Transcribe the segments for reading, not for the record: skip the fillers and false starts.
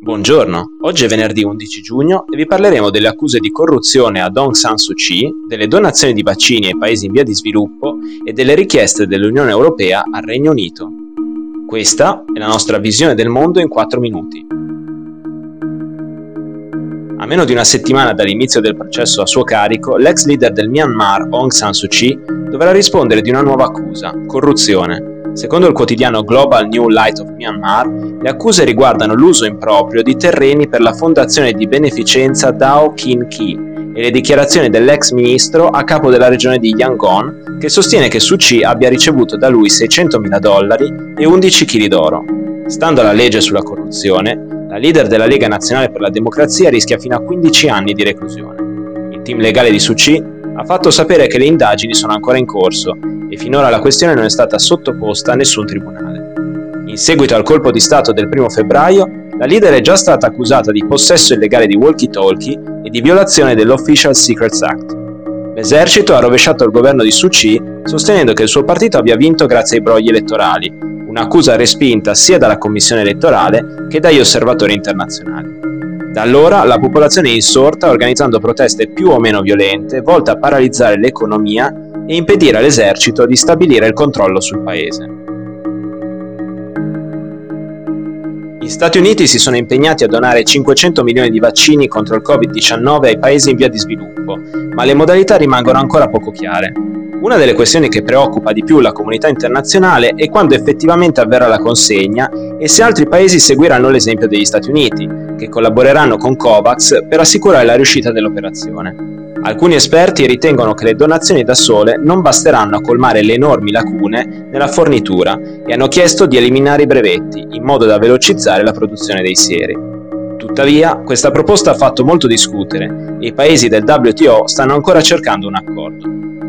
Buongiorno, oggi è venerdì 11 giugno e vi parleremo delle accuse di corruzione ad Aung San Suu Kyi, delle donazioni di vaccini ai paesi in via di sviluppo e delle richieste dell'Unione Europea al Regno Unito. Questa è la nostra visione del mondo in 4 minuti. A meno di una settimana dall'inizio del processo a suo carico, l'ex leader del Myanmar, Aung San Suu Kyi, dovrà rispondere di una nuova accusa: corruzione. Secondo il quotidiano Global New Light of Myanmar, le accuse riguardano l'uso improprio di terreni per la fondazione di beneficenza Dao Khin Kyi e le dichiarazioni dell'ex ministro a capo della regione di Yangon, che sostiene che Suu Kyi abbia ricevuto da lui $600.000 e 11 kg d'oro. Stando alla legge sulla corruzione, la leader della Lega Nazionale per la Democrazia rischia fino a 15 anni di reclusione. Il team legale di Suu Kyi ha fatto sapere che le indagini sono ancora in corso e finora la questione non è stata sottoposta a nessun tribunale. In seguito al colpo di Stato del 1 febbraio, la leader è già stata accusata di possesso illegale di walkie-talkie e di violazione dell'Official Secrets Act. L'esercito ha rovesciato il governo di Suu Kyi sostenendo che il suo partito abbia vinto grazie ai brogli elettorali, un'accusa respinta sia dalla commissione elettorale che dagli osservatori internazionali. Da allora la popolazione è insorta organizzando proteste più o meno violente volte a paralizzare l'economia e impedire all'esercito di stabilire il controllo sul paese. Gli Stati Uniti si sono impegnati a donare 500 milioni di vaccini contro il Covid-19 ai paesi in via di sviluppo, ma le modalità rimangono ancora poco chiare. Una delle questioni che preoccupa di più la comunità internazionale è quando effettivamente avverrà la consegna e se altri paesi seguiranno l'esempio degli Stati Uniti, che collaboreranno con COVAX per assicurare la riuscita dell'operazione. Alcuni esperti ritengono che le donazioni da sole non basteranno a colmare le enormi lacune nella fornitura e hanno chiesto di eliminare i brevetti, in modo da velocizzare la produzione dei sieri. Tuttavia, questa proposta ha fatto molto discutere e i paesi del WTO stanno ancora cercando un accordo.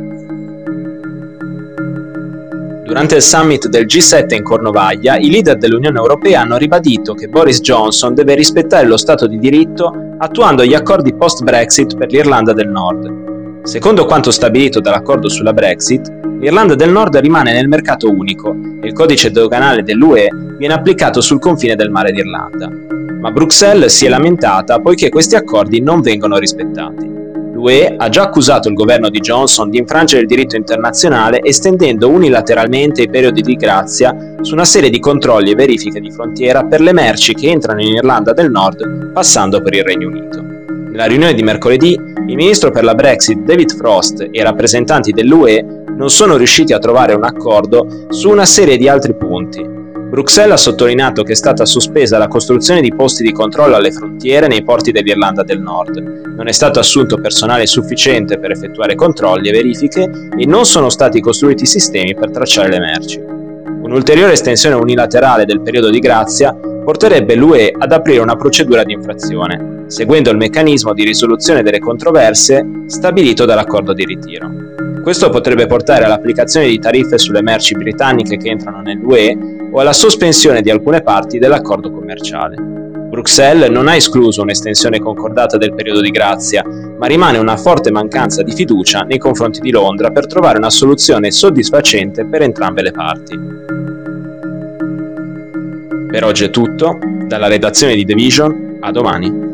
Durante il summit del G7 in Cornovaglia, i leader dell'Unione Europea hanno ribadito che Boris Johnson deve rispettare lo Stato di diritto attuando gli accordi post-Brexit per l'Irlanda del Nord. Secondo quanto stabilito dall'accordo sulla Brexit, l'Irlanda del Nord rimane nel mercato unico e il codice doganale dell'UE viene applicato sul confine del Mare d'Irlanda. Ma Bruxelles si è lamentata poiché questi accordi non vengono rispettati. L'UE ha già accusato il governo di Johnson di infrangere il diritto internazionale estendendo unilateralmente i periodi di grazia su una serie di controlli e verifiche di frontiera per le merci che entrano in Irlanda del Nord passando per il Regno Unito. Nella riunione di mercoledì, il ministro per la Brexit David Frost e i rappresentanti dell'UE non sono riusciti a trovare un accordo su una serie di altri punti. Bruxelles ha sottolineato che è stata sospesa la costruzione di posti di controllo alle frontiere nei porti dell'Irlanda del Nord. Non è stato assunto personale sufficiente per effettuare controlli e verifiche e non sono stati costruiti sistemi per tracciare le merci. Un'ulteriore estensione unilaterale del periodo di grazia porterebbe l'UE ad aprire una procedura di infrazione, seguendo il meccanismo di risoluzione delle controversie stabilito dall'accordo di ritiro. Questo potrebbe portare all'applicazione di tariffe sulle merci britanniche che entrano nell'UE o alla sospensione di alcune parti dell'accordo commerciale. Bruxelles non ha escluso un'estensione concordata del periodo di grazia, ma rimane una forte mancanza di fiducia nei confronti di Londra per trovare una soluzione soddisfacente per entrambe le parti. Per oggi è tutto, dalla redazione di The Vision, a domani.